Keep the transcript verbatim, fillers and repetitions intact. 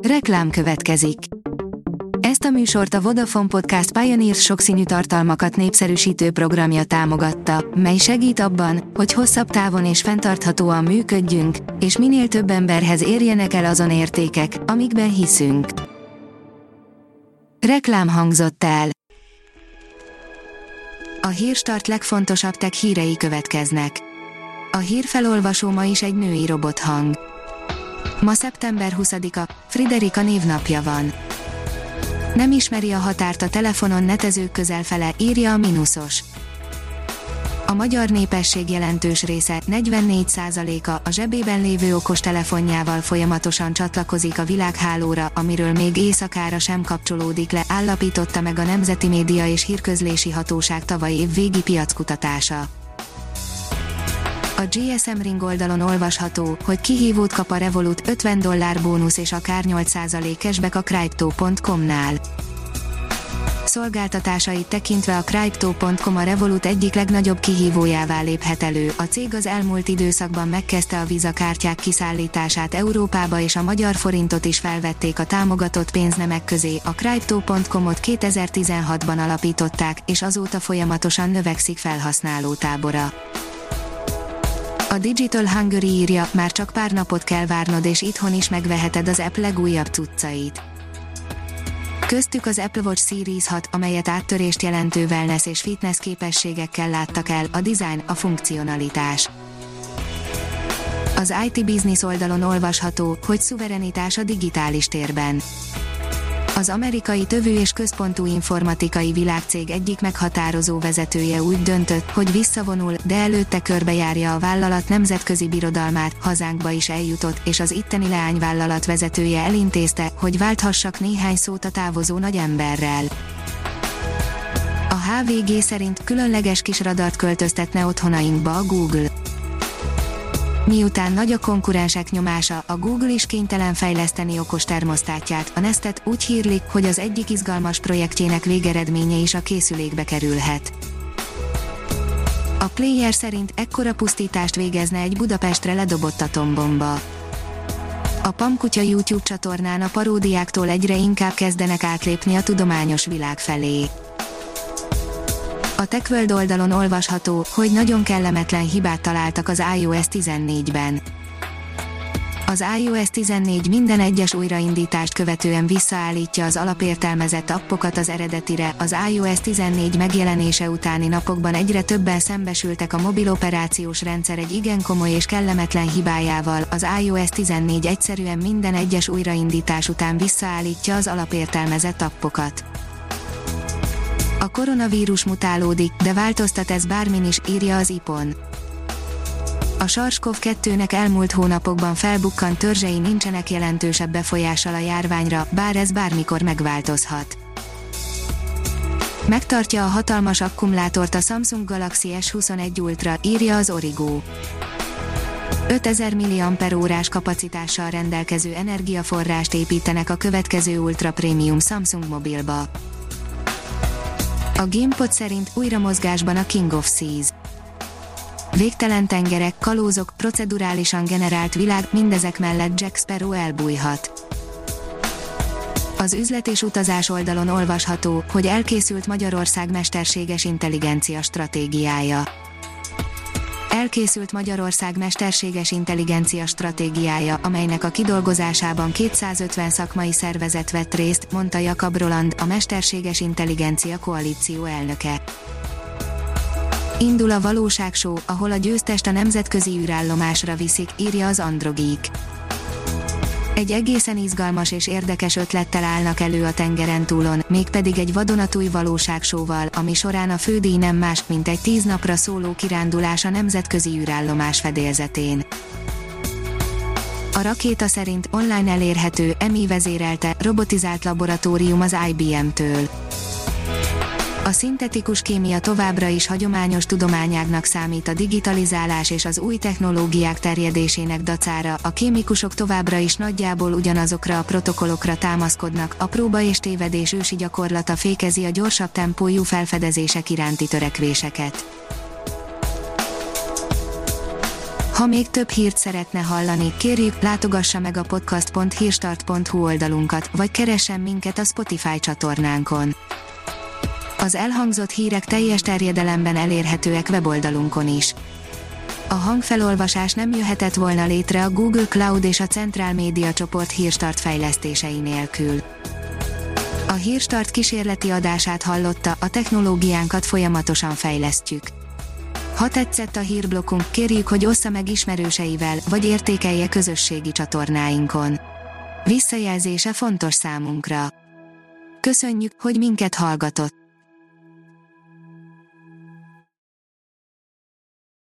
Reklám következik. Ezt a műsort a Vodafone Podcast Pioneers sokszínű tartalmakat népszerűsítő programja támogatta, mely segít abban, hogy hosszabb távon és fenntarthatóan működjünk, és minél több emberhez érjenek el azon értékek, amikben hiszünk. Reklám hangzott el. A Hírstart legfontosabb tech hírei következnek. A hírfelolvasó ma is egy női robothang. Ma szeptember huszadika, Friderika névnapja van. Nem ismeri a határt a telefonon netezők közelfele, írja a Minusos. A magyar népesség jelentős része, negyvennégy százaléka a zsebében lévő okostelefonjával folyamatosan csatlakozik a világhálóra, amiről még éjszakára sem kapcsolódik le, állapította meg a Nemzeti Média és Hírközlési Hatóság tavaly év végi piackutatása. A gé es em Ring oldalon olvasható, hogy kihívót kap a Revolut, ötven dollár bónusz és akár nyolc százalék cashback a Crypto pont com-nál. Szolgáltatásait tekintve a Crypto pont com a Revolut egyik legnagyobb kihívójává léphet elő. A cég az elmúlt időszakban megkezdte a Visa kártyák kiszállítását Európába, és a magyar forintot is felvették a támogatott pénznemek közé. A Crypto pont com-ot kétezer-tizenhatban alapították, és azóta folyamatosan növekszik felhasználótábora. A Digital Hungary írja, már csak pár napot kell várnod, és itthon is megveheted az Apple legújabb cuccait. Köztük az Apple Watch Series hat, amelyet áttörést jelentő wellness és fitness képességekkel láttak el, a design, a funkcionalitás. Az i té Business oldalon olvasható, hogy szuverenitás a digitális térben. Az amerikai tövő és központú informatikai világcég egyik meghatározó vezetője úgy döntött, hogy visszavonul, de előtte körbejárja a vállalat nemzetközi birodalmát, hazánkba is eljutott, és az itteni leányvállalat vezetője elintézte, hogy válthassak néhány szót a távozó nagy emberrel. A há vé gé szerint különleges kis radart költöztetne otthonainkba a Google. Miután nagy a konkurensek nyomása, a Google is kénytelen fejleszteni okos termosztátját, a Nestet, úgy hírlik, hogy az egyik izgalmas projektjének végeredménye is a készülékbe kerülhet. A Player szerint ekkora pusztítást végezne egy Budapestre ledobott atombomba. A Pamkutya YouTube csatornán a paródiáktól egyre inkább kezdenek átlépni a tudományos világ felé. A TechWorld oldalon olvasható, hogy nagyon kellemetlen hibát találtak az iOS tizennégyben. Az iOS tizennégy minden egyes újraindítást követően visszaállítja az alapértelmezett appokat az eredetire. Az iOS tizennégy megjelenése utáni napokban egyre többen szembesültek a mobil operációs rendszer egy igen komoly és kellemetlen hibájával. Az iOS tizennégy egyszerűen minden egyes újraindítás után visszaállítja az alapértelmezett appokat. A koronavírus mutálódik, de változtat ez bármin is, írja az i pé o en. A SARS-CoV kettőnek elmúlt hónapokban felbukkant törzsei nincsenek jelentősebb befolyással a járványra, bár ez bármikor megváltozhat. Megtartja a hatalmas akkumulátort a Samsung Galaxy es huszonegy Ultra, írja az Origo. ötezer milliampere órás kapacitással rendelkező energiaforrást építenek a következő Ultra Premium Samsung mobilba. A GamePod szerint újra mozgásban a King of Seas. Végtelen tengerek, kalózok, procedurálisan generált világ, mindezek mellett Jack Sparrow elbújhat. Az üzlet és utazás oldalon olvasható, hogy elkészült Magyarország mesterséges intelligencia stratégiája. Elkészült Magyarország mesterséges intelligencia stratégiája, amelynek a kidolgozásában kétszázötven szakmai szervezet vett részt, mondta Jakab Roland, a Mesterséges Intelligencia Koalíció elnöke. Indul a valóságshow, ahol a győztest a nemzetközi űrállomásra viszik, írja az Androgeek. Egy egészen izgalmas és érdekes ötlettel állnak elő a tengeren túlon, mégpedig egy vadonatúj valóságshow-val, ami során a fődíj nem más, mint egy tíz napra szóló kirándulás a nemzetközi űrállomás fedélzetén. A rakéta szerint online elérhető, em i vezérelte, robotizált laboratórium az i bé em-től. A szintetikus kémia továbbra is hagyományos tudományágnak számít a digitalizálás és az új technológiák terjedésének dacára, a kémikusok továbbra is nagyjából ugyanazokra a protokollokra támaszkodnak, a próba és tévedés ősi gyakorlata fékezi a gyorsabb tempójú felfedezések iránti törekvéseket. Ha még több hírt szeretne hallani, kérjük, látogassa meg a podcast pont hírstart pont hu oldalunkat, vagy keressen minket a Spotify csatornánkon. Az elhangzott hírek teljes terjedelemben elérhetőek weboldalunkon is. A hangfelolvasás nem jöhetett volna létre a Google Cloud és a Central Media csoport Hírstart fejlesztései nélkül. A Hírstart kísérleti adását hallotta, a technológiánkat folyamatosan fejlesztjük. Ha tetszett a hírblokkunk, kérjük, hogy ossza meg ismerőseivel, vagy értékelje közösségi csatornáinkon. Visszajelzése fontos számunkra. Köszönjük, hogy minket hallgatott!